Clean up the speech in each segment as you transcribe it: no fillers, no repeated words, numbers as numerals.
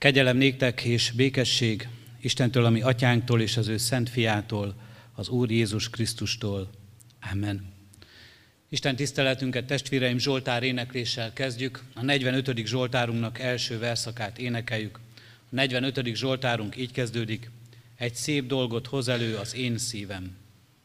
Kegyelem néktek és békesség Istentől, a mi atyánktól és az ő szent fiától, az Úr Jézus Krisztustól. Amen. Isten tiszteletünket, testvéreim, Zsoltár énekléssel kezdjük. A 45. Zsoltárunknak első verszakát énekeljük. A 45. Zsoltárunk így kezdődik: egy szép dolgot hoz elő az én szívem.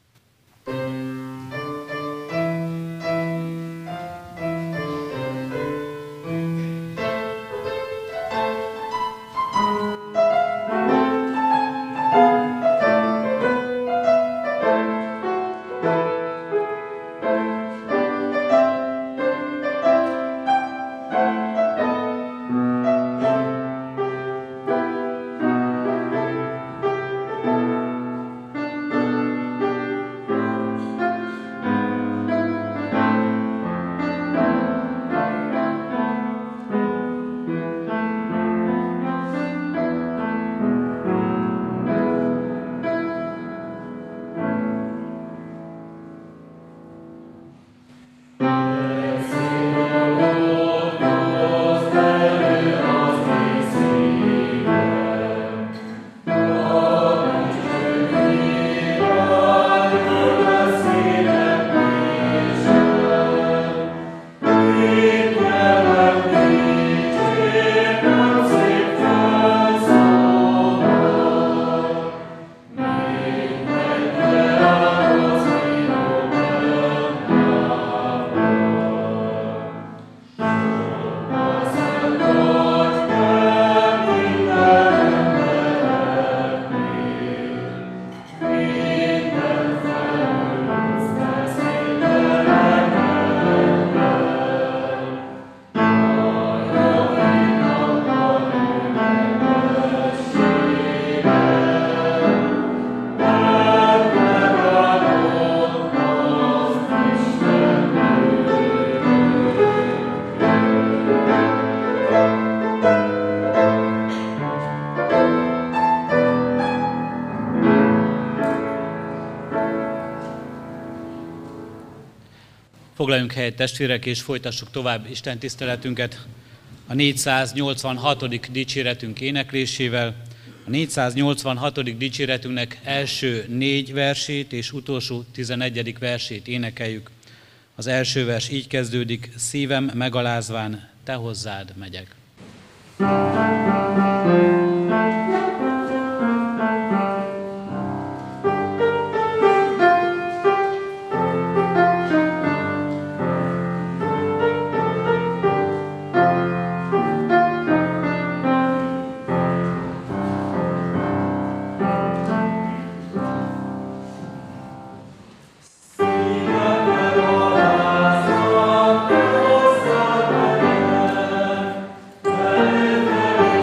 Foglaljunk helyet, testvérek, és folytassuk tovább Isten tiszteletünket a 486. dicséretünk éneklésével. A 486. dicséretünknek első 4 versét és utolsó 11. versét énekeljük. Az első vers így kezdődik: szívem megalázván, te hozzád megyek. Amen.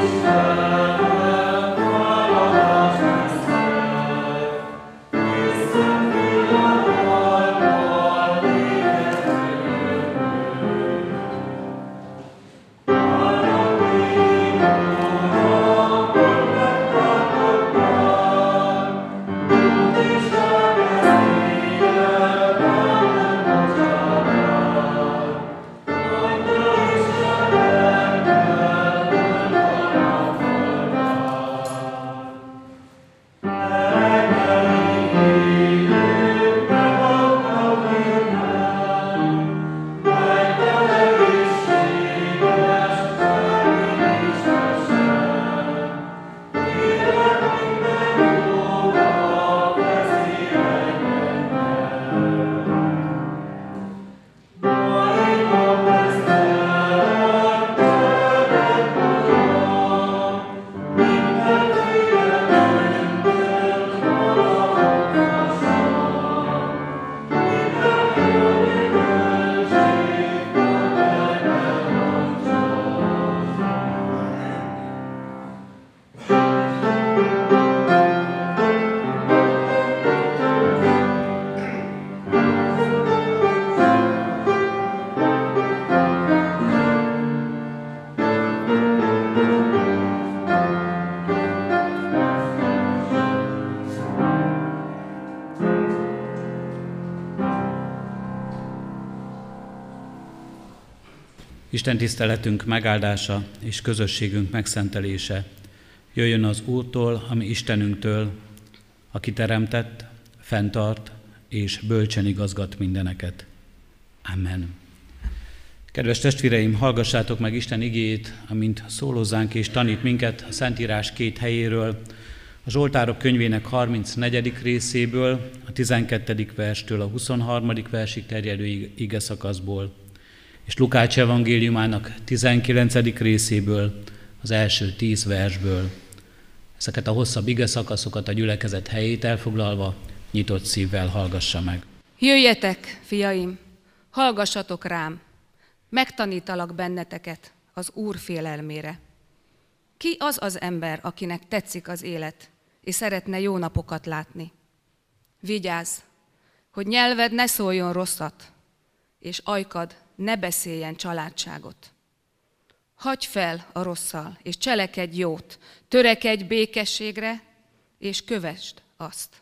Isten tiszteletünk megáldása és közösségünk megszentelése jöjjön az Úrtól, ami Istenünktől, aki teremtett, fenntart és bölcsen igazgat mindeneket. Amen. Kedves testvéreim, hallgassátok meg Isten igéjét, amint szólózzánk és tanít minket a Szentírás két helyéről, a Zsoltárok könyvének 34. részéből, a 12. verstől a 23. versig terjedő igeszakaszból, és Lukács evangéliumának 19. részéből, az első 10 versből. Ezeket a hosszabb igeszakaszokat a gyülekezet helyét elfoglalva, nyitott szívvel hallgassa meg. Jöjjetek, fiaim, hallgassatok rám, megtanítalak benneteket az Úr félelmére. Ki az az ember, akinek tetszik az élet, és szeretne jó napokat látni? Vigyázz, hogy nyelved ne szóljon rosszat, és ajkad ne beszéljen családságot. Hagyj fel a rosszal, és cselekedj jót, törekedj békességre, és kövesd azt.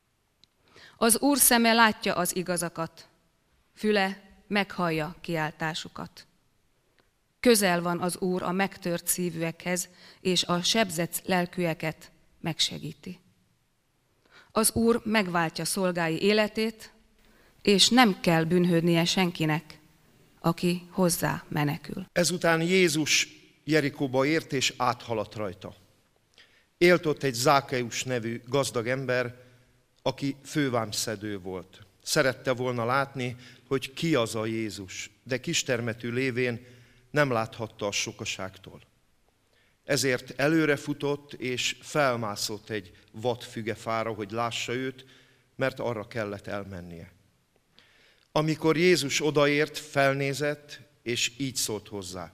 Az Úr szeme látja az igazakat, füle meghallja kiáltásukat. Közel van az Úr a megtört szívűekhez, és a sebzett lelkűeket megsegíti. Az Úr megváltja szolgái életét, és nem kell bűnhődnie senkinek, aki hozzá menekül. Ezután Jézus Jerikóba ért és áthaladt rajta. Élt ott egy Zákeus nevű gazdag ember, aki fővámszedő volt. Szerette volna látni, hogy ki az a Jézus, de kistermetű lévén nem láthatta a sokaságtól. Ezért előre futott és felmászott egy vadfügefára, hogy lássa őt, mert arra kellett elmennie. Amikor Jézus odaért, felnézett, és így szólt hozzá.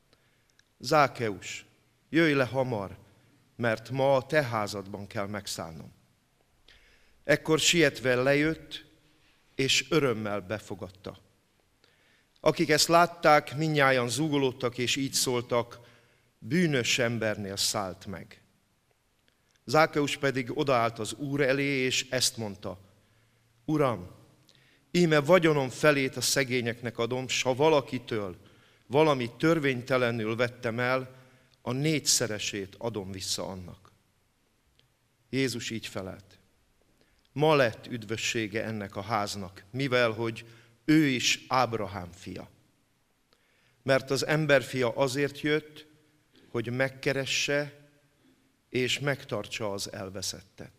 Zákeus, jöjj le hamar, mert ma a te házadban kell megszállnom. Ekkor sietve lejött, és örömmel befogadta. Akik ezt látták, mindnyájan zúgolódtak, és így szóltak, bűnös embernél szállt meg. Zákeus pedig odaállt az Úr elé, és ezt mondta, Uram, íme vagyonom felét a szegényeknek adom, s ha valakitől valami törvénytelenül vettem el, a 4-szeresét adom vissza annak. Jézus így felelt. Ma lett üdvössége ennek a háznak, mivel hogy ő is Ábrahám fia. Mert az emberfia azért jött, hogy megkeresse és megtartsa az elveszettet.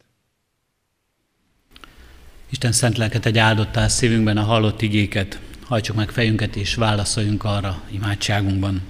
Isten szent lelket egy áldottá szívünkben a hallott igéket, hajtsuk meg fejünket és válaszoljunk arra imádságunkban.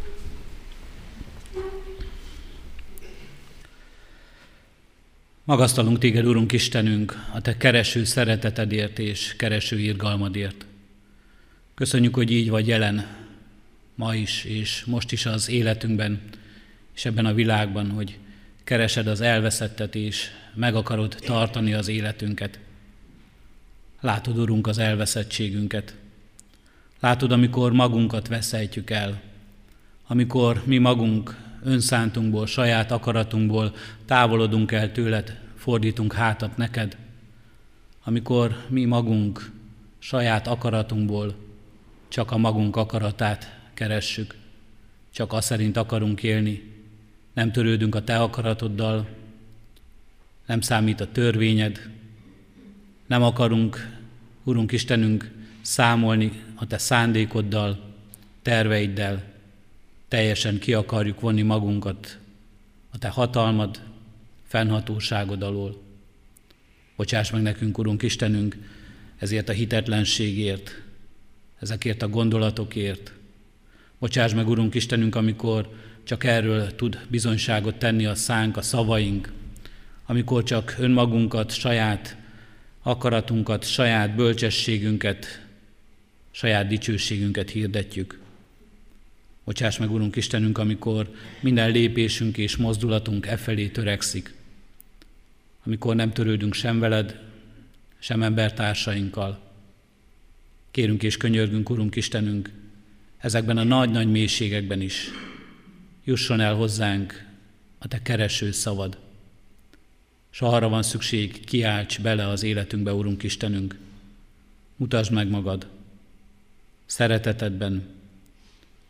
Magasztalunk téged, Urunk Istenünk, a te kereső szeretetedért és kereső irgalmadért. Köszönjük, hogy így vagy jelen ma is, és most is az életünkben, és ebben a világban, hogy keresed az elveszettet, és meg akarod tartani az életünket. Látod, Urunk, az elveszettségünket. Látod, amikor magunkat veszejtjük el, amikor mi magunk önszántunkból, saját akaratunkból távolodunk el tőled, fordítunk hátat neked, amikor mi magunk saját akaratunkból csak a magunk akaratát keressük, csak azt szerint akarunk élni, nem törődünk a te akaratoddal, nem számít a törvényed, nem akarunk, Urunk Istenünk, számolni a te szándékoddal, terveiddel, teljesen ki akarjuk vonni magunkat a te hatalmad, fennhatóságod alól. Bocsáss meg nekünk, Urunk Istenünk, ezért a hitetlenségért, ezekért a gondolatokért. Bocsáss meg, Urunk Istenünk, amikor csak erről tud bizonyságot tenni a szánk, a szavaink, amikor csak önmagunkat, saját akaratunkat, saját bölcsességünket, saját dicsőségünket hirdetjük. Bocsáss meg, Urunk Istenünk, amikor minden lépésünk és mozdulatunk efelé törekszik, amikor nem törődünk sem veled, sem embertársainkkal. Kérünk és könyörgünk, Urunk Istenünk, ezekben a nagy-nagy mélységekben is jusson el hozzánk a te kereső szavad. S ha arra van szükség, kiálts bele az életünkbe, Urunk Istenünk. Mutasd meg magad szeretetedben,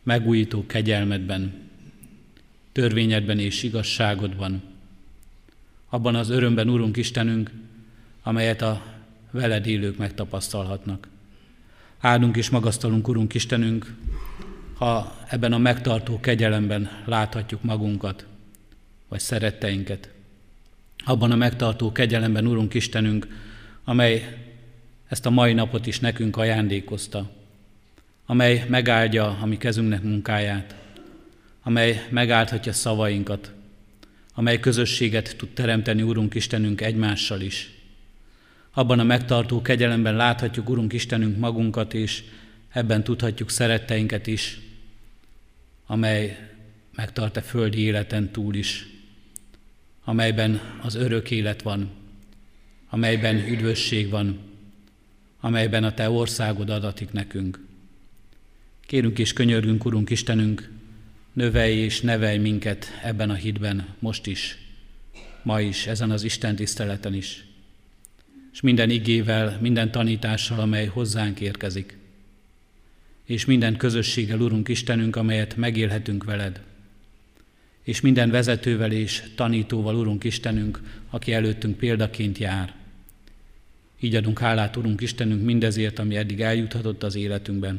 megújító kegyelmedben, törvényedben és igazságodban, abban az örömben, Urunk Istenünk, amelyet a veled élők megtapasztalhatnak. Áldunk és magasztalunk, Urunk Istenünk, ha ebben a megtartó kegyelemben láthatjuk magunkat, vagy szeretteinket. Abban a megtartó kegyelemben, Urunk Istenünk, amely ezt a mai napot is nekünk ajándékozta, amely megáldja a mi kezünknek munkáját, amely megáldhatja szavainkat, amely közösséget tud teremteni, Urunk Istenünk, egymással is. Abban a megtartó kegyelemben láthatjuk, Urunk Istenünk, magunkat, és ebben tudhatjuk szeretteinket is, amely megtart a földi életen túl is, amelyben az örök élet van, amelyben üdvösség van, amelyben a Te országod adatik nekünk. Kérünk és könyörgünk, Urunk Istenünk, növelj és nevelj minket ebben a hitben most is, ma is, ezen az Isten tiszteleten is, és minden igével, minden tanítással, amely hozzánk érkezik, és minden közösséggel, Urunk Istenünk, amelyet megélhetünk veled, és minden vezetővel és tanítóval, Urunk Istenünk, aki előttünk példaként jár. Így adunk hálát, Urunk Istenünk, mindezért, ami eddig eljuthatott az életünkben.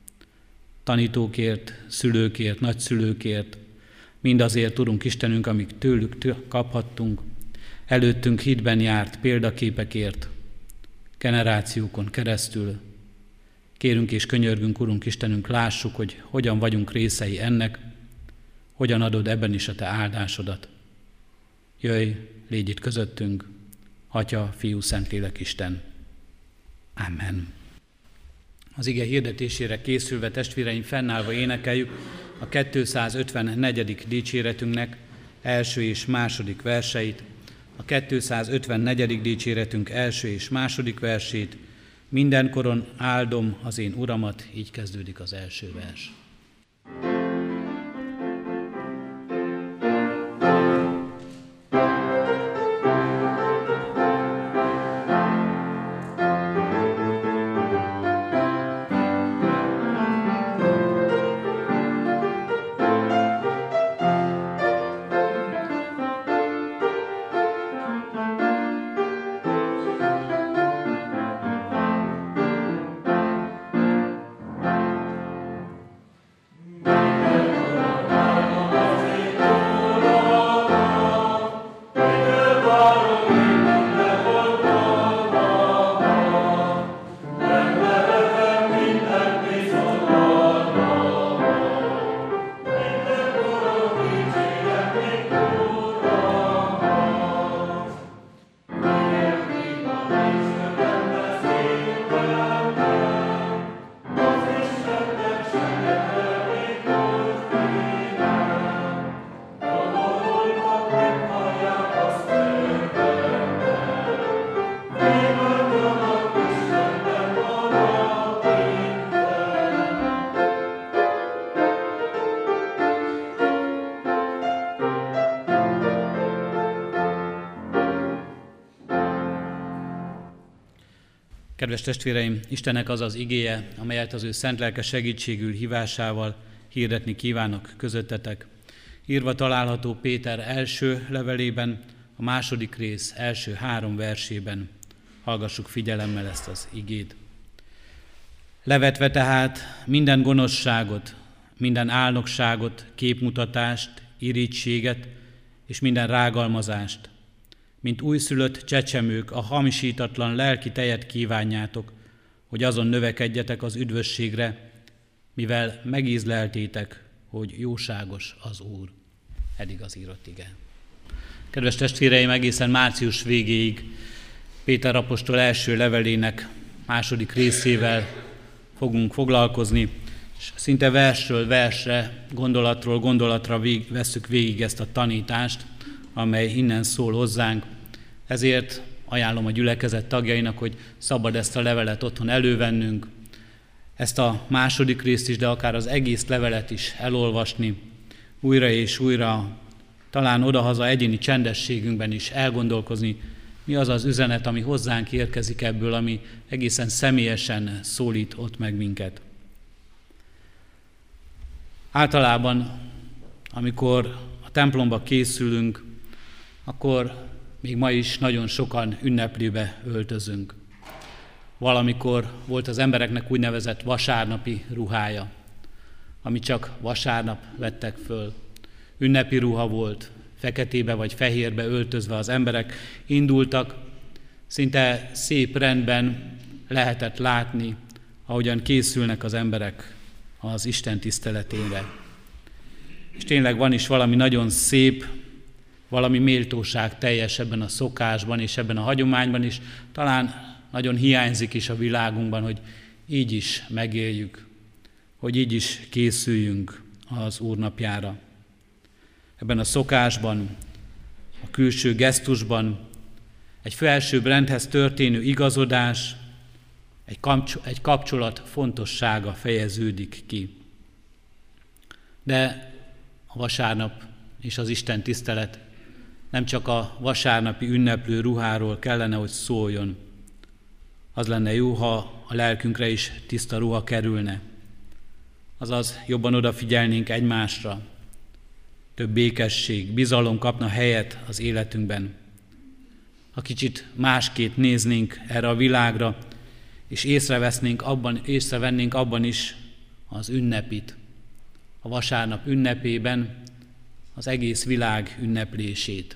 Tanítókért, szülőkért, nagyszülőkért, mindazért, Urunk Istenünk, amik tőlük kaphattunk, előttünk hitben járt példaképekért, generációkon keresztül. Kérünk és könyörgünk, Urunk Istenünk, lássuk, hogy hogyan vagyunk részei ennek, hogyan adod ebben is a Te áldásodat. Jöjj, légy itt közöttünk, Atya, Fiú, Szentlélek, Isten. Amen. Az ige hirdetésére készülve, testvéreim, fennállva énekeljük a 254. dicséretünknek első és második verseit, a 254. dicséretünk első és második versét. Mindenkoron áldom az én Uramat, így kezdődik az első vers. Kedves testvéreim, Istennek az az igéje, amelyet az ő szent lelke segítségül hívásával hirdetni kívánok közöttetek. Írva található Péter első levelében, a második rész első 3 versében. Hallgassuk figyelemmel ezt az igét. Levetve tehát minden gonoszságot, minden álnokságot, képmutatást, irítséget és minden rágalmazást, mint újszülött csecsemők a hamisítatlan lelki tejet kívánjátok, hogy azon növekedjetek az üdvösségre, mivel megízleltétek, hogy jóságos az Úr. Eddig az írott ige. Kedves testvéreim, egészen március végéig Péter apostol első levelének második részével fogunk foglalkozni, és szinte versről versre, gondolatról gondolatra vesszük végig ezt a tanítást, amely innen szól hozzánk. Ezért ajánlom a gyülekezet tagjainak, hogy szabad ezt a levelet otthon elővennünk, ezt a második részt is, de akár az egész levelet is elolvasni, újra és újra, talán odahaza egyéni csendességünkben is elgondolkozni, mi az az üzenet, ami hozzánk érkezik ebből, ami egészen személyesen szólít ott meg minket. Általában, amikor a templomba készülünk, akkor még ma is nagyon sokan ünneplőbe öltözünk. Valamikor volt az embereknek úgynevezett vasárnapi ruhája, ami csak vasárnap vettek föl. Ünnepi ruha volt, feketébe vagy fehérbe öltözve az emberek indultak, szinte szép rendben lehetett látni, ahogyan készülnek az emberek az Isten tiszteletére. És tényleg van is valami nagyon szép, valami méltóság teljes ebben a szokásban és ebben a hagyományban is. Talán nagyon hiányzik is a világunkban, hogy így is megéljük, hogy így is készüljünk az Úr napjára. Ebben a szokásban, a külső gesztusban egy felsőbb rendhez történő igazodás, egy kapcsolat fontossága fejeződik ki. De a vasárnap és az Isten tisztelet nem csak a vasárnapi ünneplő ruháról kellene, hogy szóljon. Az lenne jó, ha a lelkünkre is tiszta ruha kerülne. Azaz jobban odafigyelnénk egymásra. Több békesség, bizalom kapna helyet az életünkben. Ha kicsit másképp néznénk erre a világra, és észrevennénk abban is az ünnepit. A vasárnap ünnepében az egész világ ünneplését.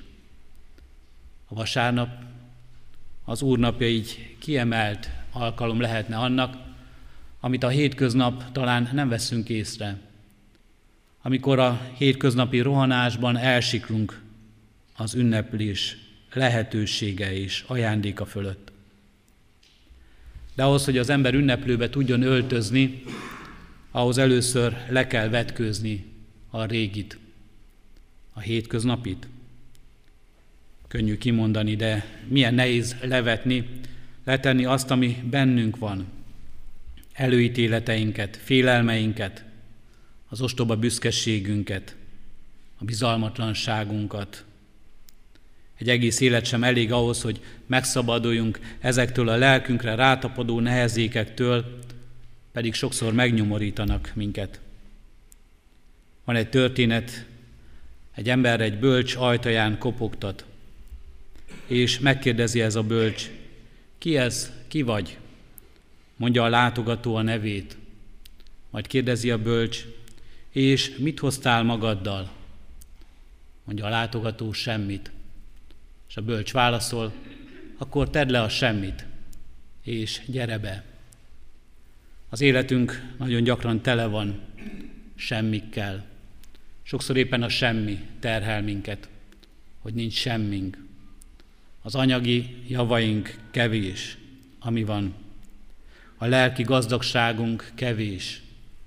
A vasárnap az Úr napja így kiemelt alkalom lehetne annak, amit a hétköznap talán nem veszünk észre. Amikor a hétköznapi rohanásban elsiklunk az ünneplés lehetősége és ajándéka fölött. De ahhoz, hogy az ember ünneplőbe tudjon öltözni, ahhoz először le kell vetkőzni a régit, a hétköznapit. Könnyű kimondani, de milyen nehéz letenni azt, ami bennünk van, előítéleteinket, félelmeinket, az ostoba büszkeségünket, a bizalmatlanságunkat. Egy egész élet sem elég ahhoz, hogy megszabaduljunk ezektől a lelkünkre rátapadó nehezékektől, pedig sokszor megnyomorítanak minket. Van egy történet, egy ember egy bölcs ajtaján kopogtat, és megkérdezi ez a bölcs, ki ez, ki vagy? Mondja a látogató a nevét. Majd kérdezi a bölcs, és mit hoztál magaddal? Mondja a látogató, semmit. És a bölcs válaszol, akkor tedd le a semmit, és gyere be. Az életünk nagyon gyakran tele van semmikkel. Sokszor éppen a semmi terhel minket, hogy nincs semmink. Az anyagi javaink kevés, ami van. A lelki gazdagságunk kevés.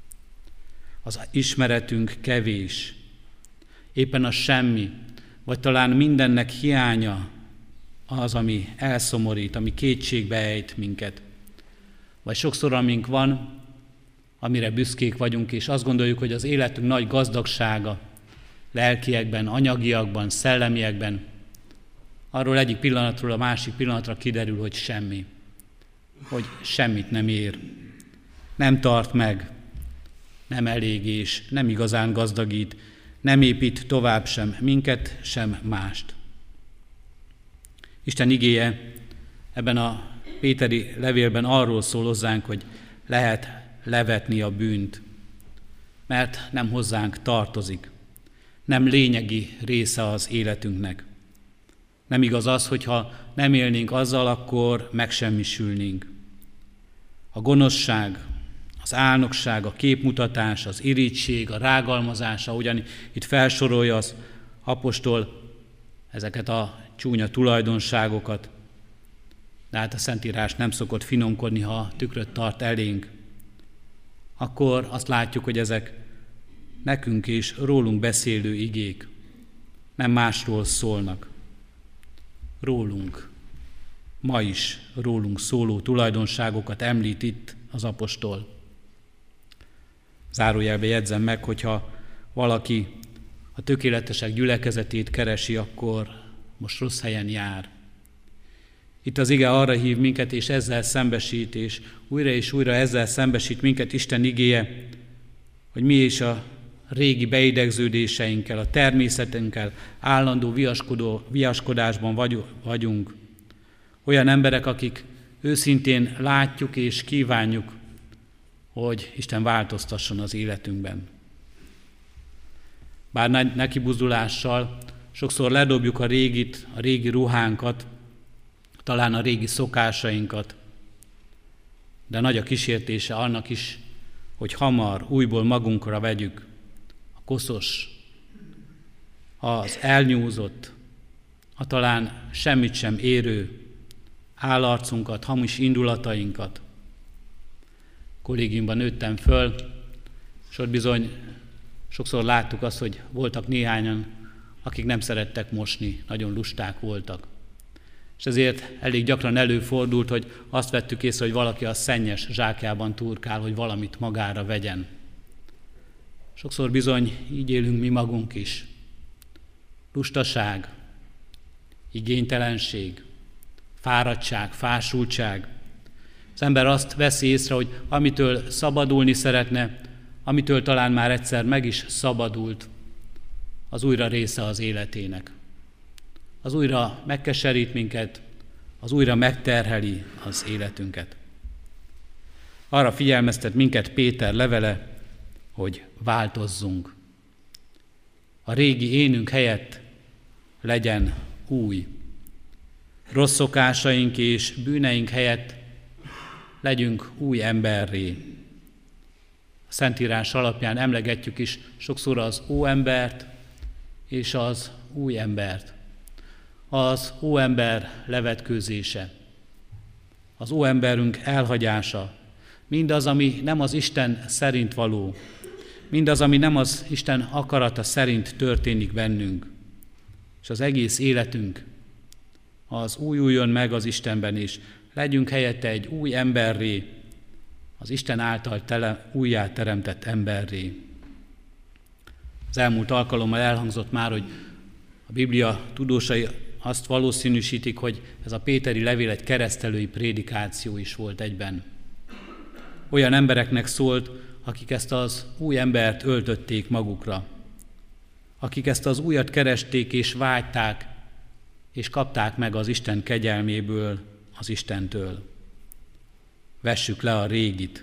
Az ismeretünk kevés. Éppen a semmi, vagy talán mindennek hiánya az, ami elszomorít, ami kétségbe ejt minket. Vagy sokszor, amink van, amire büszkék vagyunk, és azt gondoljuk, hogy az életünk nagy gazdagsága lelkiekben, anyagiakban, szellemiekben, arról egyik pillanatról a másik pillanatra kiderül, hogy semmi. Hogy semmit nem ér. Nem tart meg, nem elég és nem igazán gazdagít, nem épít tovább sem minket, sem mást. Isten igéje ebben a péteri levélben arról szól hozzánk, hogy lehet levetni a bűnt, mert nem hozzánk tartozik, nem lényegi része az életünknek. Nem igaz az, hogyha nem élnénk azzal, akkor megsemmisülnénk. A gonoszság, az álnokság, a képmutatás, az irigység, a rágalmazás, ahogyan itt felsorolja az apostol ezeket a csúnya tulajdonságokat, de hát a Szentírás nem szokott finomkodni, ha tükröt tart elénk, akkor azt látjuk, hogy ezek nekünk és rólunk beszélő igék, nem másról szólnak. Rólunk, ma is rólunk szóló tulajdonságokat említ itt az apostol. Zárójelbe jegyzem meg, hogyha valaki a tökéletesek gyülekezetét keresi, akkor most rossz helyen jár. Itt az ige arra hív minket, és ezzel szembesít, és újra ezzel szembesít minket Isten igéje, hogy mi is a régi beidegződéseinkkel, a természetünkkel állandó viaskodásban vagyunk. Olyan emberek, akik őszintén látjuk és kívánjuk, hogy Isten változtasson az életünkben. Bár nekibuzdulással sokszor ledobjuk a régi ruhánkat, talán a régi szokásainkat, de nagy a kísértése annak is, hogy hamar újból magunkra vegyük a koszos, az elnyúzott, a talán semmit sem érő állarcunkat, hamis indulatainkat. Kollégiumban nőttem föl, és ott bizony sokszor láttuk azt, hogy voltak néhányan, akik nem szerettek mosni, nagyon lusták voltak. És ezért elég gyakran előfordult, hogy azt vettük észre, hogy valaki a szennyes zsákjában turkál, hogy valamit magára vegyen. Sokszor bizony így élünk mi magunk is. Lustaság, igénytelenség, fáradtság, fásultság. Az ember azt veszi észre, hogy amitől szabadulni szeretne, amitől talán már egyszer meg is szabadult, az újra része az életének. Az újra megkeserít minket, az újra megterheli az életünket. Arra figyelmeztet minket Péter levele, hogy változzunk. A régi énünk helyett legyen új. Rossz szokásaink és bűneink helyett legyünk új emberré. A Szentírás alapján emlegetjük is sokszor az óembert és az új embert. Az óember levetkőzése, az óemberünk elhagyása, mindaz, ami nem az Isten szerint való, mindaz, ami nem az Isten akarata szerint történik bennünk, és az egész életünk az újuljon meg az Istenben, és legyünk helyette egy új emberré, az Isten által újjá teremtett emberré. Az elmúlt alkalommal elhangzott már, hogy a Biblia tudósai azt valószínűsítik, hogy ez a péteri levél egy keresztelői prédikáció is volt egyben. Olyan embereknek szólt, akik ezt az új embert öltötték magukra, akik ezt az újat keresték és vágyták, és kapták meg az Isten kegyelméből, az Istentől. Vessük le a régit,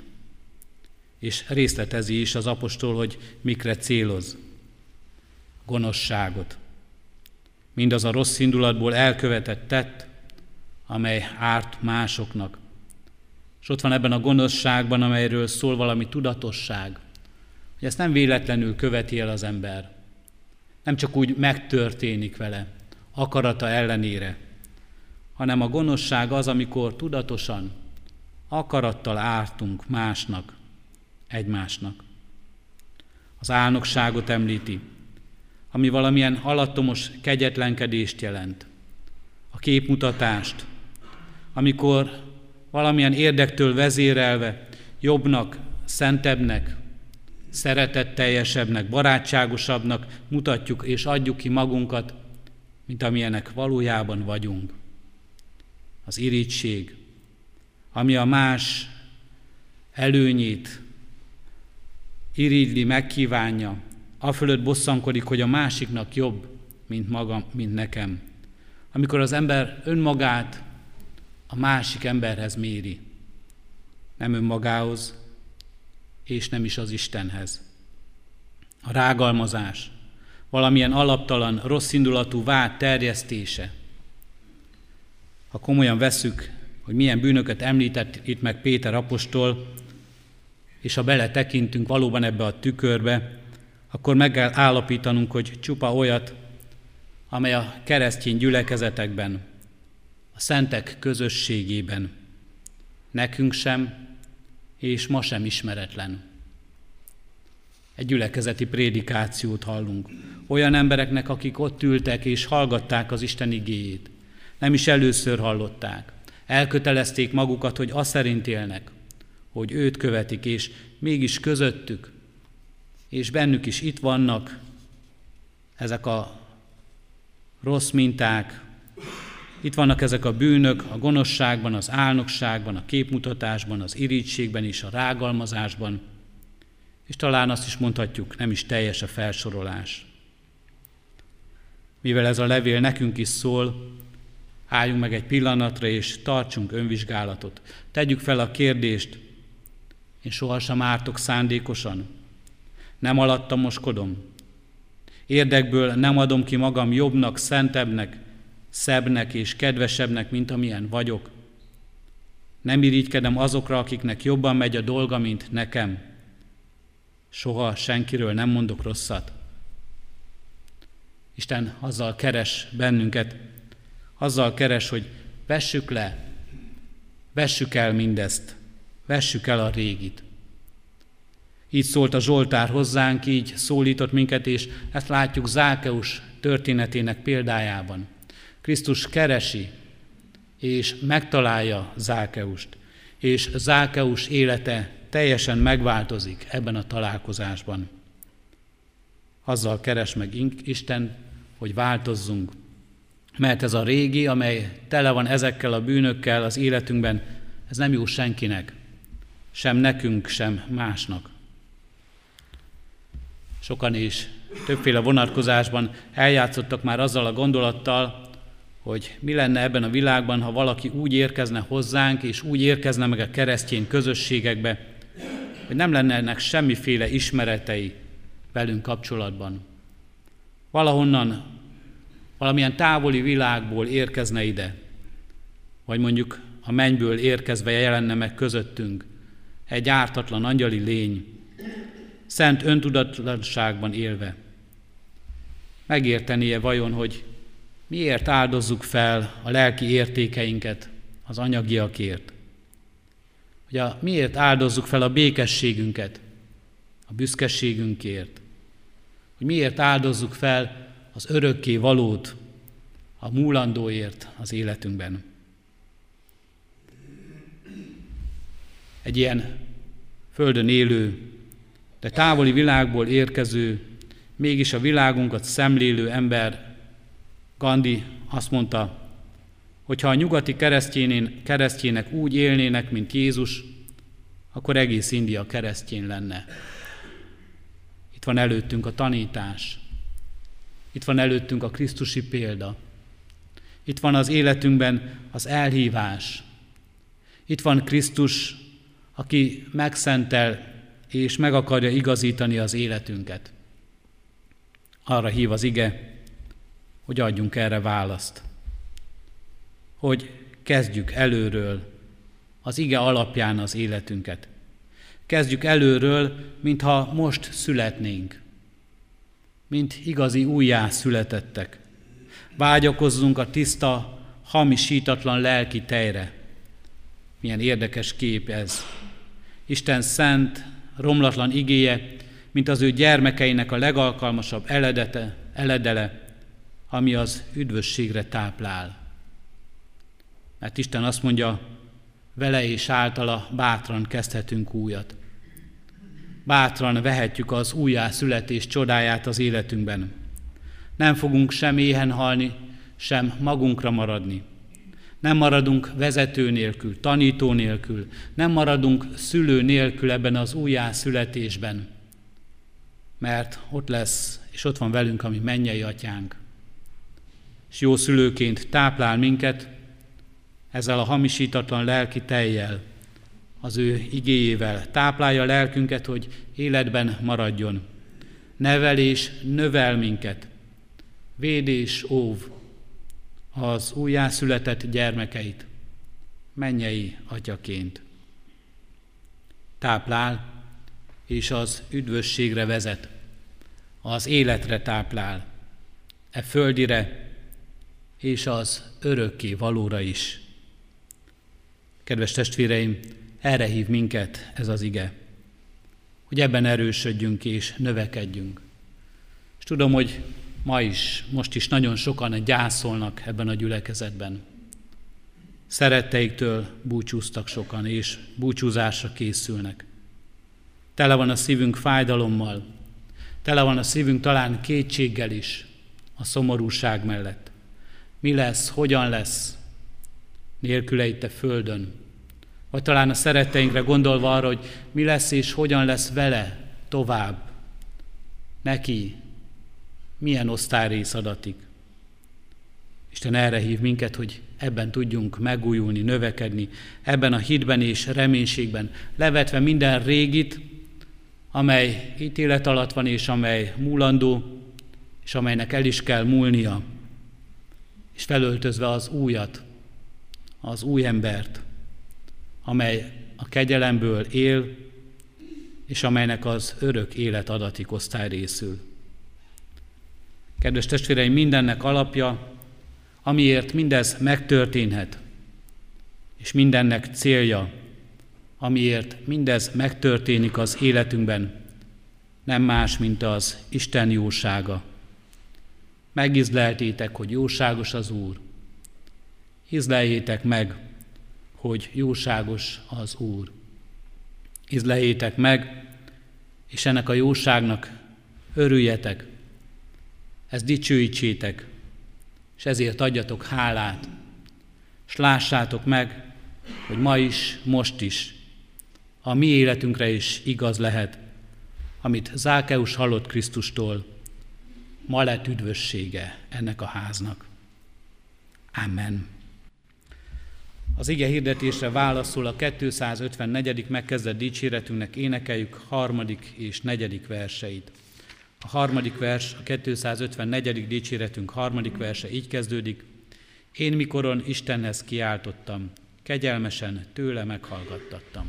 és részletezi is az apostol, hogy mikre céloz. Gonoszságot. Mindaz a rossz indulatból elkövetett tett, amely árt másoknak. És ott van ebben a gonoszságban, amelyről szól valami tudatosság, hogy ezt nem véletlenül követi el az ember. Nem csak úgy megtörténik vele, akarata ellenére, hanem a gonoszság az, amikor tudatosan, akarattal ártunk másnak, egymásnak. Az álnokságot említi, ami valamilyen alattomos kegyetlenkedést jelent. A képmutatást, amikor valamilyen érdektől vezérelve jobbnak, szentebbnek, szeretetteljesebbnek, barátságosabbnak mutatjuk és adjuk ki magunkat, mint amilyenek valójában vagyunk. Az irigység, ami a más előnyét irigyli, megkívánja, afölött bosszankodik, hogy a másiknak jobb, mint magam, mint nekem. Amikor az ember önmagát a másik emberhez méri, nem önmagához, és nem is az Istenhez. A rágalmazás, valamilyen alaptalan, rosszindulatú vád terjesztése. Ha komolyan vesszük, hogy milyen bűnöket említett itt meg Péter apostol, és ha beletekintünk valóban ebbe a tükörbe, akkor meg kell állapítanunk, hogy csupa olyat, amely a keresztény gyülekezetekben, a szentek közösségében nekünk sem, és ma sem ismeretlen. Egy gyülekezeti prédikációt hallunk. Olyan embereknek, akik ott ültek és hallgatták az Isten igéjét. Nem is először hallották. Elkötelezték magukat, hogy azt szerint élnek, hogy őt követik, és mégis közöttük, és bennük is itt vannak ezek a rossz minták, itt vannak ezek a bűnök a gonoszságban, az álnokságban, a képmutatásban, az irítségben és a rágalmazásban, és talán azt is mondhatjuk, nem is teljes a felsorolás. Mivel ez a levél nekünk is szól, álljunk meg egy pillanatra, és tartsunk önvizsgálatot. Tegyük fel a kérdést, én sohasem ártok szándékosan, nem alattamoskodom, érdekből nem adom ki magam jobbnak, szentebbnek, szebbnek és kedvesebbnek, mint amilyen vagyok. Nem irigykedem azokra, akiknek jobban megy a dolga, mint nekem. Soha senkiről nem mondok rosszat. Isten azzal keres bennünket, azzal keres, hogy vessük le, vessük el mindezt, vessük el a régit. Így szólt a Zsoltár hozzánk, így szólított minket, és ezt látjuk Zákeus történetének példájában. Krisztus keresi, és megtalálja Zákeust, és Zákeus élete teljesen megváltozik ebben a találkozásban. Azzal keres meg Isten, hogy változzunk, mert ez a régi, amely tele van ezekkel a bűnökkel az életünkben, ez nem jó senkinek, sem nekünk, sem másnak. Sokan is többféle vonatkozásban eljátszottak már azzal a gondolattal, hogy mi lenne ebben a világban, ha valaki úgy érkezne hozzánk, és úgy érkezne meg a keresztény közösségekbe, hogy nem lenne ennek semmiféle ismeretei velünk kapcsolatban. Valahonnan, valamilyen távoli világból érkezne ide, vagy mondjuk a mennyből érkezve jelenne meg közöttünk egy ártatlan angyali lény, szent öntudatlanságban élve. Megértenie vajon, hogy miért áldozzuk fel a lelki értékeinket az anyagiakért? Hogy miért áldozzuk fel a békességünket a büszkeségünkért? Hogy miért áldozzuk fel az örökké valót a múlandóért az életünkben? Egy ilyen földön élő, de távoli világból érkező, mégis a világunkat szemlélő ember, Gandhi azt mondta, hogy ha a nyugati keresztjének úgy élnének, mint Jézus, akkor egész India keresztény lenne. Itt van előttünk a tanítás, itt van előttünk a krisztusi példa, itt van az életünkben az elhívás, itt van Krisztus, aki megszentel és meg akarja igazítani az életünket. Arra hív az ige, hogy adjunk erre választ. Hogy kezdjük előről, az ige alapján az életünket. Kezdjük előről, mintha most születnénk, mint igazi újjászületettek. Vágyakozzunk a tiszta, hamisítatlan lelki tejre. Milyen érdekes kép ez. Isten szent, romlatlan igéje, mint az ő gyermekeinek a legalkalmasabb eledele, ami az üdvösségre táplál. Mert Isten azt mondja, vele és általa bátran kezdhetünk újat. Bátran vehetjük az újjászületés csodáját az életünkben. Nem fogunk sem éhen halni, sem magunkra maradni. Nem maradunk vezető nélkül, tanító nélkül, nem maradunk szülő nélkül ebben az újjászületésben. Mert ott lesz, és ott van velünk a mi mennyei atyánk. És jó szülőként táplál minket ezzel a hamisítatlan lelki tejjel, az ő igéjével. Táplálja a lelkünket, hogy életben maradjon. Nevel és növel minket. Véd és óv az újjászületett gyermekeit, mennyei atyaként. Táplál és az üdvösségre vezet, az életre táplál, e földire és az örökké valóra is. Kedves testvéreim, erre hív minket ez az ige, hogy ebben erősödjünk és növekedjünk. És tudom, hogy most is nagyon sokan gyászolnak ebben a gyülekezetben. Szeretteiktől búcsúztak sokan, és búcsúzásra készülnek. Tele van a szívünk fájdalommal, tele van a szívünk talán kétséggel is a szomorúság mellett. Mi lesz, hogyan lesz nélküle itt a földön? Vagy talán a szeretteinkre gondolva arra, hogy mi lesz és hogyan lesz vele tovább, neki milyen osztályrész adatik. Isten erre hív minket, hogy ebben tudjunk megújulni, növekedni, ebben a hitben és reménységben, levetve minden régit, amely ítélet alatt van, és amely múlandó, és amelynek el is kell múlnia, és felöltözve az újat, az új embert, amely a kegyelemből él, és amelynek az örök élet adatik osztály részül. Kedves testvéreim, mindennek alapja, amiért mindez megtörténhet, és mindennek célja, amiért mindez megtörténik az életünkben, nem más, mint az Isten jósága. Megízleltétek, hogy jóságos az Úr. Ízleljétek meg, hogy jóságos az Úr. Ízleljétek meg, és ennek a jóságnak örüljetek, ezt dicsőítsétek, és ezért adjatok hálát, és lássátok meg, hogy ma is, most is a mi életünkre is igaz lehet, amit Zákeus hallott Krisztustól, ma lett üdvössége ennek a háznak. Amen. Az ige hirdetésre válaszul a 254. megkezdett dicséretünknek énekeljük 3. és 4. verseit. A 3. vers, a 254. dicséretünk 3. verse így kezdődik. Én mikoron Istenhez kiáltottam, kegyelmesen tőle meghallgattattam.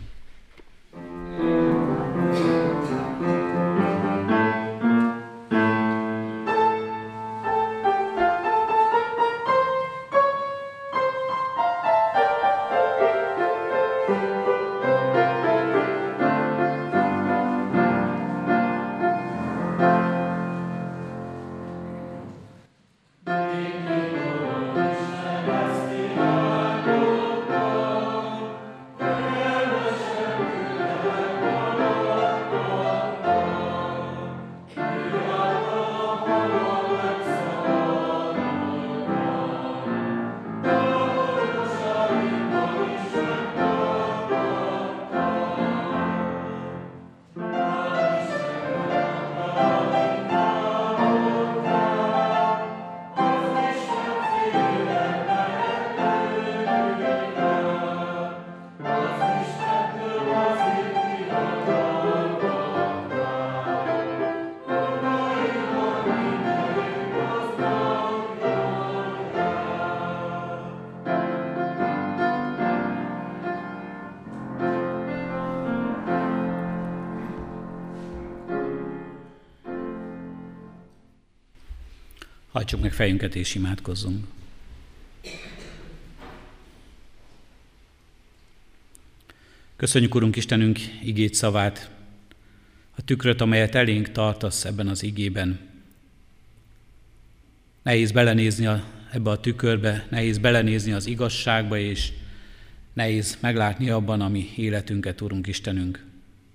Hajtsuk meg fejünket és imádkozzunk. Köszönjük, Urunk Istenünk, igét szavát, a tükröt, amelyet elénk tartasz ebben az igében. Nehéz belenézni ebbe a tükörbe, nehéz belenézni az igazságba, és nehéz meglátni abban a mi életünket, Urunk Istenünk.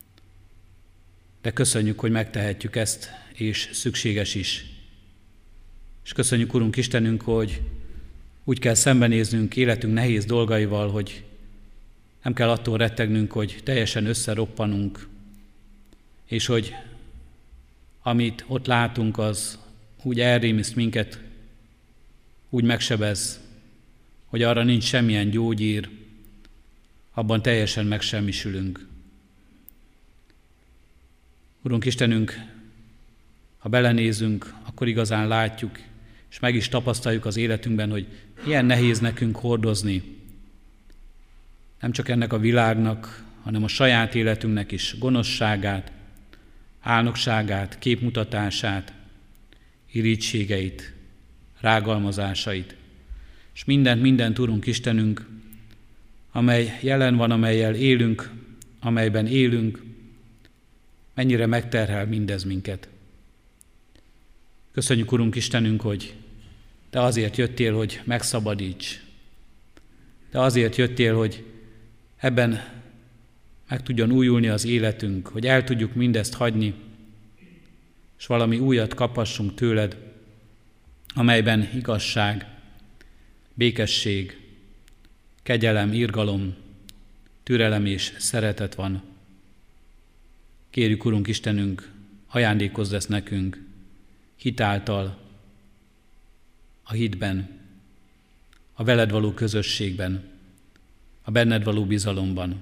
De köszönjük, hogy megtehetjük ezt, és szükséges is. És köszönjük, Urunk Istenünk, hogy úgy kell szembenéznünk életünk nehéz dolgaival, hogy nem kell attól rettegnünk, hogy teljesen összeroppanunk, és hogy amit ott látunk, az úgy elrémiszt minket, úgy megsebez, hogy arra nincs semmilyen gyógyír, abban teljesen megsemmisülünk. Urunk Istenünk, ha belenézünk, akkor igazán látjuk, és meg is tapasztaljuk az életünkben, hogy ilyen nehéz nekünk hordozni. Nem csak ennek a világnak, hanem a saját életünknek is gonoszságát, álnokságát, képmutatását, irítségeit, rágalmazásait, és mindent, Urunk Istenünk, amely jelen van, amellyel élünk, amelyben élünk, mennyire megterhel mindez minket. Köszönjük, Urunk Istenünk, hogy Te azért jöttél, hogy megszabadíts. Te azért jöttél, hogy ebben meg tudjon újulni az életünk, hogy el tudjuk mindezt hagyni, és valami újat kaphassunk tőled, amelyben igazság, békesség, kegyelem, irgalom, türelem és szeretet van. Kérjük, Urunk Istenünk, ajándékozz ezt nekünk hitáltal, a hitben, a veled való közösségben, a benned való bizalomban.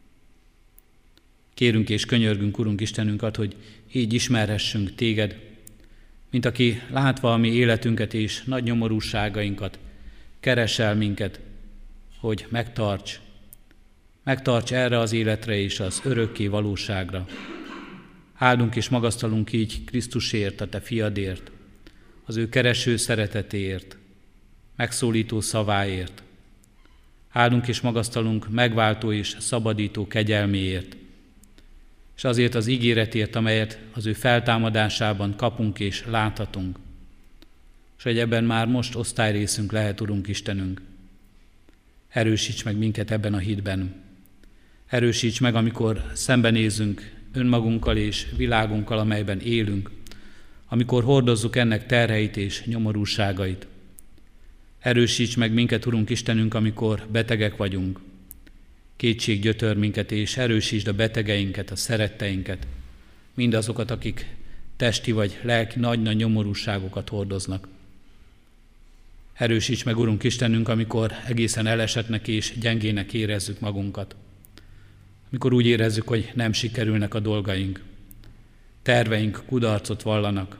Kérünk és könyörgünk, Urunk Istenünket, hogy így ismerhessünk téged, mint aki látva a mi életünket és nagy nyomorúságainkat, keresel minket, hogy megtarts erre az életre és az örökké valóságra. Áldunk és magasztalunk így Krisztusért, a te fiadért, az ő kereső szeretetéért, megszólító szaváért. Áldunk és magasztalunk megváltó és szabadító kegyelméért, és azért az ígéretért, amelyet az ő feltámadásában kapunk és láthatunk, és hogy ebben már most osztályrészünk lehet, Urunk Istenünk. Erősíts meg minket ebben a hitben. Erősíts meg, amikor szembenézünk önmagunkkal és világunkkal, amelyben élünk, amikor hordozzuk ennek terheit és nyomorúságait. Erősíts meg minket, Urunk Istenünk, amikor betegek vagyunk. Kétség gyötör minket, és erősítsd a betegeinket, a szeretteinket, mindazokat, akik testi vagy lelki nagy-nagy nyomorúságokat hordoznak. Erősíts meg, Urunk Istenünk, amikor egészen elesettnek és gyengének érezzük magunkat. Amikor úgy érezzük, hogy nem sikerülnek a dolgaink, terveink kudarcot vallanak,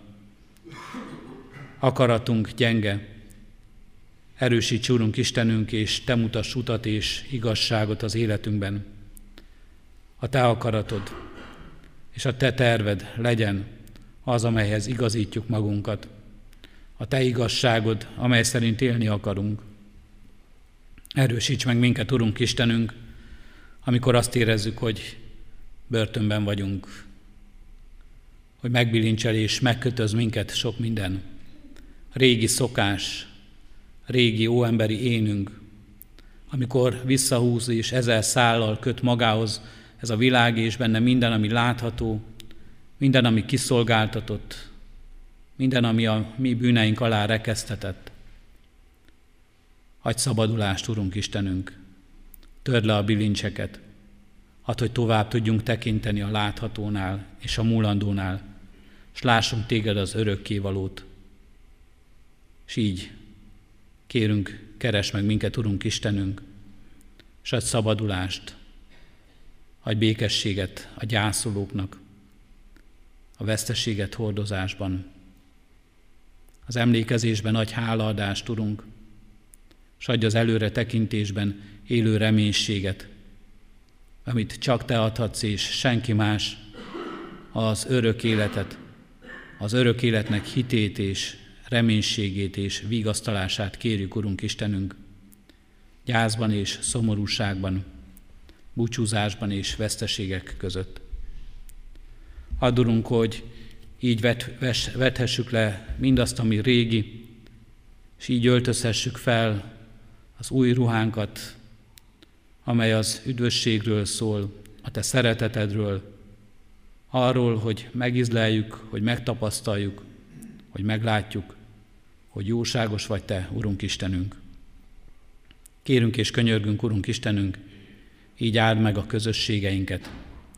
akaratunk gyenge. Erősíts, Urunk Istenünk, és te mutass utat és igazságot az életünkben. A te akaratod és a te terved legyen az, amelyhez igazítjuk magunkat. A te igazságod, amely szerint élni akarunk. Erősíts meg minket, Urunk Istenünk, amikor azt érezzük, hogy börtönben vagyunk, hogy megbilincsel és megkötöz minket sok minden. Régi szokás, régi óemberi énünk, amikor visszahúz és ezer szállal köt magához ez a világ, és benne minden, ami látható, minden, ami kiszolgáltatott, minden, ami a mi bűneink alá rekesztetett. Adj szabadulást, Urunk Istenünk, törd le a bilincseket, add, hogy tovább tudjunk tekinteni a láthatónál és a múlandónál, és lássunk téged az örökkévalót. És így kérünk, keresd meg minket, Urunk Istenünk, és adj szabadulást, adj békességet a gyászolóknak, a veszteséget hordozásban, az emlékezésben adj hálaadást, Urunk, és adj az előre tekintésben élő reménységet, amit csak te adhatsz, és senki más, az örök életet, az örök életnek hitét és reménységét és vigasztalását kérjük, Urunk Istenünk, gyászban és szomorúságban, búcsúzásban és veszteségek között. Add, Urunk, hogy így vethessük le mindazt, ami régi, és így öltözhessük fel az új ruhánkat, amely az üdvösségről szól, a te szeretetedről, arról, hogy megízleljük, hogy megtapasztaljuk, hogy meglátjuk, hogy jóságos vagy te, Urunk Istenünk. Kérünk és könyörgünk, Urunk Istenünk, így áld meg a közösségeinket,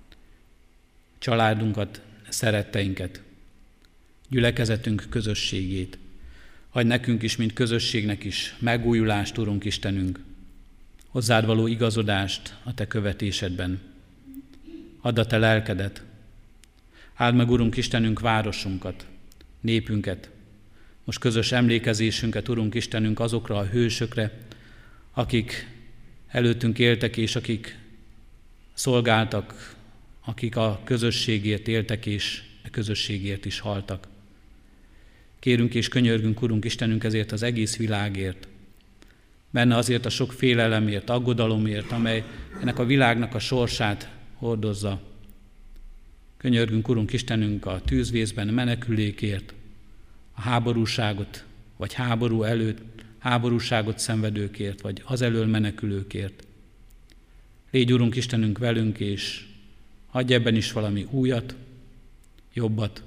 családunkat, szeretteinket, gyülekezetünk közösségét. Adj nekünk is, mint közösségnek is megújulást, Urunk Istenünk, hozzád való igazodást a te követésedben. Add a te lelkedet. Áld meg, Urunk Istenünk, városunkat, népünket, most közös emlékezésünket, Urunk Istenünk, azokra a hősökre, akik előttünk éltek, és akik szolgáltak, akik a közösségért éltek, és a közösségért is haltak. Kérünk és könyörgünk, Urunk Istenünk, ezért az egész világért, benne azért a sok félelemért, aggodalomért, amely ennek a világnak a sorsát hordozza. Könyörgünk, Urunk Istenünk, a tűzvészben menekülékért, a háborúságot, vagy háború előtt háborúságot szenvedőkért, vagy az elől menekülőkért. Légy, Urunk Istenünk, velünk, és adj ebben is valami újat, jobbat,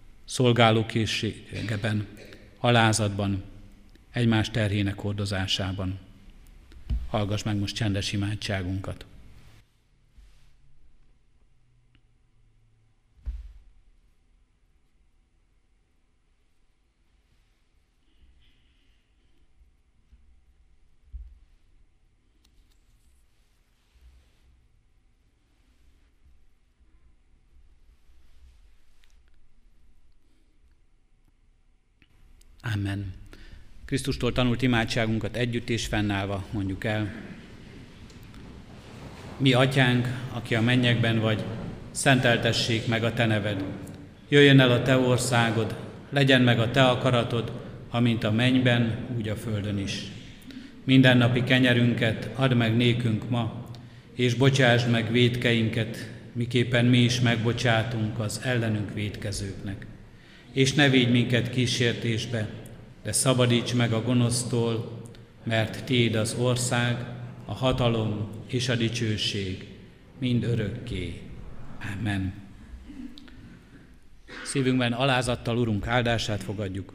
szolgálókészségben, alázatban, egymás terhének hordozásában. Hallgass meg most csendes imádságunkat. Amen. Krisztustól tanult imádságunkat együtt és fennállva mondjuk el. Mi atyánk, aki a mennyekben vagy, szenteltessék meg a te neved. Jöjjön el a te országod, legyen meg a te akaratod, amint a mennyben, úgy a földön is. Mindennapi kenyerünket add meg nékünk ma, és bocsásd meg vétkeinket, miképpen mi is megbocsátunk az ellenünk vétkezőknek. És ne védj minket kísértésbe, de szabadíts meg a gonosztól, mert tiéd az ország, a hatalom és a dicsőség mind örökké. Amen. Szívünkben alázattal Urunk áldását fogadjuk.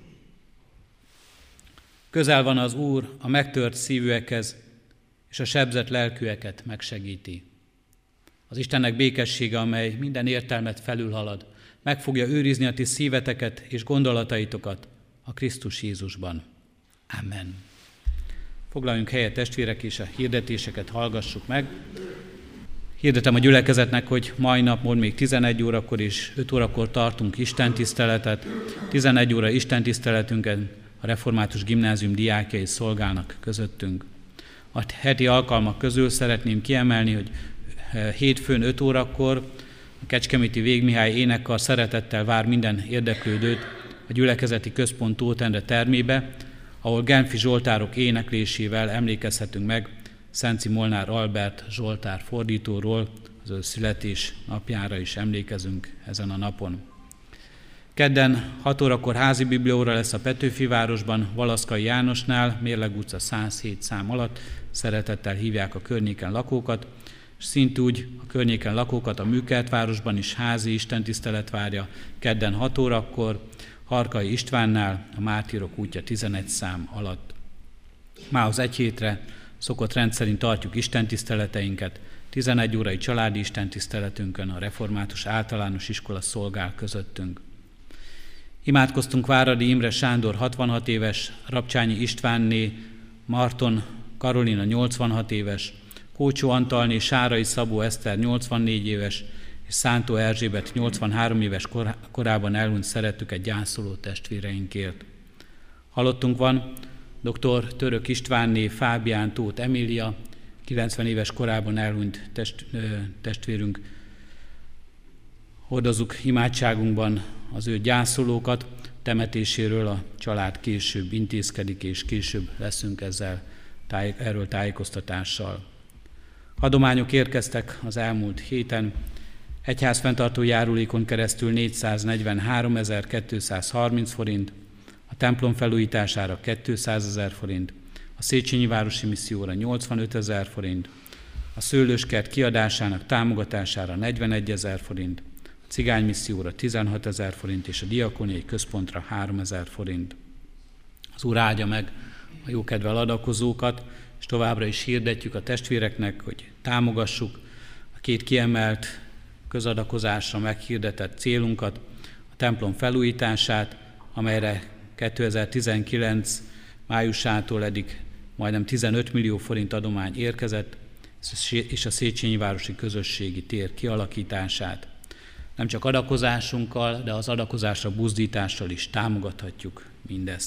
Közel van az Úr a megtört szívűekhez, és a sebzett lelkűeket megsegíti. Az Istennek békessége, amely minden értelmet felülhalad, meg fogja őrizni a ti szíveteket és gondolataitokat a Krisztus Jézusban. Amen. Foglaljunk helyet, testvérek, és a hirdetéseket hallgassuk meg. Hirdetem a gyülekezetnek, hogy mai nap még 11 órakor és 5 órakor tartunk istentiszteletet. 11 óra istentiszteletünken a Református Gimnázium diákjai szolgálnak közöttünk. A heti alkalmak közül szeretném kiemelni, hogy hétfőn 5 órakor a Kecskeméti Végmihály énekkar szeretettel vár minden érdeklődőt a gyülekezeti központ Tótendre termébe, ahol Genfi zsoltárok éneklésével emlékezhetünk meg Szenci Molnár Albert zsoltár fordítóról, az ő születés napjára is emlékezünk ezen a napon. Kedden 6 órakor házi bibliaóra lesz a Petőfivárosban, Valaszkai Jánosnál, Mérleg utca 107 szám alatt, szeretettel hívják a környéken lakókat, és szintúgy a környéken lakókat a Műkertvárosban is házi istentisztelet várja kedden 6 órakor, Harkai Istvánnál, a Mártírok útja 11 szám alatt. Mához egy hétre szokott rendszerint tartjuk istentiszteleteinket, 11 órai családi istentiszteletünkön a Református Általános Iskola szolgál közöttünk. Imádkoztunk Váradi Imre Sándor 66 éves, Rapcsányi Istvánné, Marton Karolina 86 éves, Kócsó Antalné Sárai Szabó Eszter 84 éves, és Szántó Erzsébet 83 éves korában elhunyt szerettüket gyászoló testvéreinkért. Halottunk van dr. Török Istvánné Fábián Tóth Emília, 90 éves korában elhunyt testvérünk. Hordozzuk imádságunkban az ő gyászolókat, temetéséről a család később intézkedik, és később leszünk erről tájékoztatással. Adományok érkeztek az elmúlt héten, egyházfenntartó járulékon keresztül 443.230 forint, a templom felújítására 200 000 forint, a Széchenyi Városi Misszióra 85 000 forint, a Szőlőskert kiadásának támogatására 41 000 forint, a Cigány Misszióra 16 000 forint és a Diakóniai Központra 3 000 forint. Az Úr áldja meg a jókedvel adakozókat, és továbbra is hirdetjük a testvéreknek, hogy támogassuk a két kiemelt közadakozásra meghirdetett célunkat, a templom felújítását, amelyre 2019 májusától eddig majdnem 15 millió forint adomány érkezett, és a Széchenyi Városi Közösségi Tér kialakítását. Nem csak adakozásunkkal, de az adakozásra buzdítással is támogathatjuk mindezt.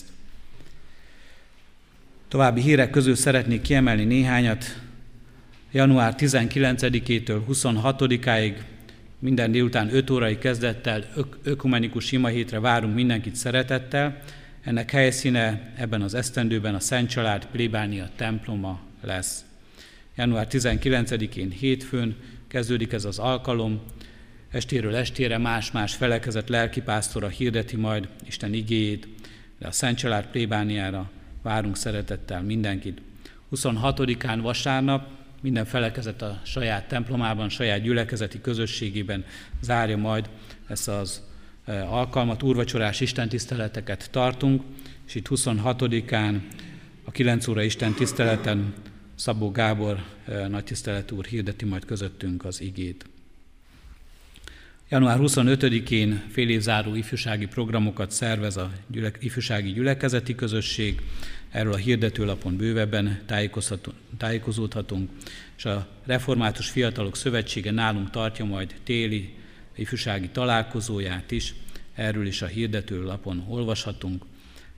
További hírek közül szeretnék kiemelni néhányat. Január 19-től 26-áig minden délután 5 órai kezdettel ökumenikus imahétre várunk mindenkit szeretettel. Ennek helyszíne ebben az esztendőben a Szent Család plébánia temploma lesz. Január 19-én hétfőn kezdődik ez az alkalom. Estéről estére más-más felekezett lelkipásztora hirdeti majd Isten igéjét, de a Szent Család plébániára várunk szeretettel mindenkit. 26-án vasárnap minden felekezet a saját templomában, saját gyülekezeti közösségében zárja majd ezt az alkalmat, úrvacsorás istentiszteleteket tartunk, és itt 26-án a 9 óra istentiszteleten Szabó Gábor nagytisztelet úr hirdeti majd közöttünk az igét. Január 25-én félévzáró ifjúsági programokat szervez a ifjúsági gyülekezeti közösség, erről a hirdetőlapon bővebben tájékozódhatunk, és a Református Fiatalok Szövetsége nálunk tartja majd téli ifjúsági találkozóját is, erről is a hirdetőlapon olvashatunk.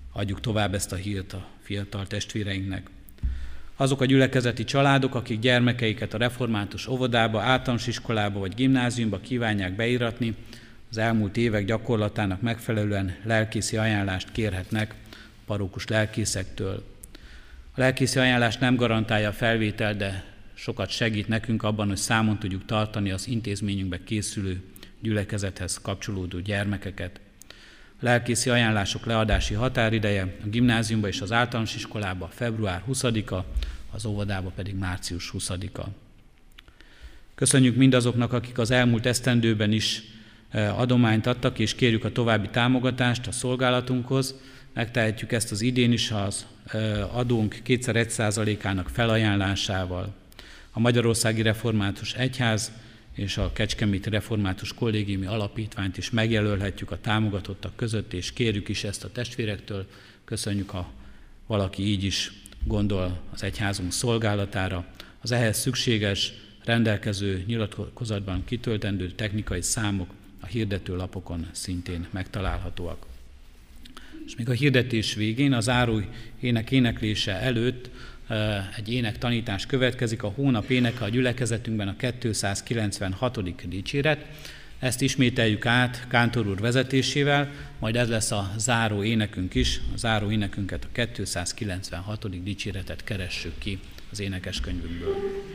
adjuk tovább ezt a hírt a fiatal testvéreinknek. Azok a gyülekezeti családok, akik gyermekeiket a református óvodába, általános iskolába vagy gimnáziumba kívánják beíratni, az elmúlt évek gyakorlatának megfelelően lelkészi ajánlást kérhetnek a parókus lelkészektől. A lelkészi ajánlás nem garantálja a felvételt, de sokat segít nekünk abban, hogy számon tudjuk tartani az intézményünkbe készülő gyülekezethez kapcsolódó gyermekeket. A lelkészi ajánlások leadási határideje a gimnáziumba és az általános iskolába február 20-a, az óvodába pedig március 20-a. Köszönjük mindazoknak, akik az elmúlt esztendőben is adományt adtak, és kérjük a további támogatást a szolgálatunkhoz. Megtehetjük ezt az idén is az adónk 2x1%-ának felajánlásával. A Magyarországi Református Egyház és a Kecskeméti Református Kollégiumi Alapítványt is megjelölhetjük a támogatottak között, és kérjük is ezt a testvérektől. Köszönjük, ha valaki így is gondol az egyházunk szolgálatára. Az ehhez szükséges, rendelkező nyilatkozatban kitöltendő technikai számok a hirdetőlapokon szintén megtalálhatóak. És még a hirdetés végén, a záró ének éneklése előtt egy énektanítás következik. A hónap éneke a gyülekezetünkben a 296. dicséret. Ezt ismételjük át Kántor úr vezetésével, majd ez lesz a záró énekünk is. A záró énekünket, a 296. dicséretet keressük ki az énekeskönyvünkből.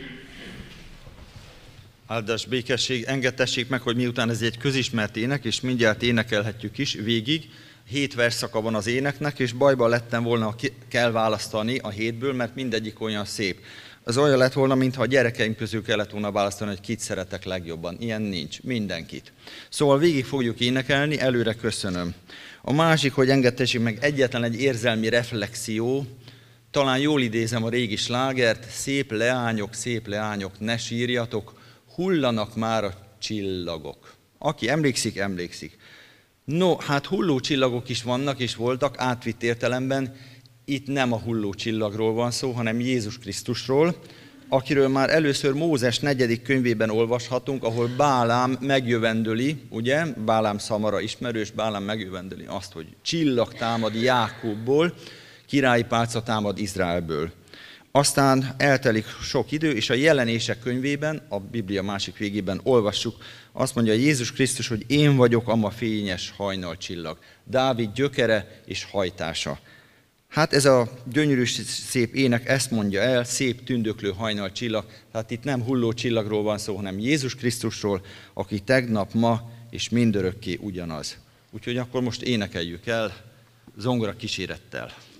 Áldás békesség, engedtessék meg, hogy miután ez egy közismert ének, és mindjárt énekelhetjük is végig. 7 versszaka van az éneknek, és bajban lettem volna, kell választani a 7-ből, mert mindegyik olyan szép. Az olyan lett volna, mintha a gyerekeim közül kellett volna választani, hogy kit szeretek legjobban. Ilyen nincs, mindenkit. Szóval végig fogjuk énekelni, előre köszönöm. A másik, hogy engedtessék meg, egyetlen egy érzelmi reflexió, talán jól idézem a régi slágert: szép leányok, ne sírjatok, hullanak már a csillagok. Aki emlékszik, emlékszik. No, hát hulló csillagok is vannak és voltak átvitt értelemben. Itt nem a hulló csillagról van szó, hanem Jézus Krisztusról, akiről már először Mózes 4. könyvében olvashatunk, ahol Bálám megjövendöli, ugye, Bálám szamara ismerős, Bálám megjövendöli azt, hogy csillag támad Jákobból, királyi pálca támad Izraelből. Aztán eltelik sok idő, és a Jelenések könyvében, a Biblia másik végében olvassuk, azt mondja Jézus Krisztus, hogy én vagyok a ma fényes hajnalcsillag, Dávid gyökere és hajtása. Hát ez a gyönyörű szép ének ezt mondja el, szép tündöklő hajnalcsillag, tehát itt nem hulló csillagról van szó, hanem Jézus Krisztusról, aki tegnap, ma és mindörökké ugyanaz. Úgyhogy akkor most énekeljük el zongora kísérettel.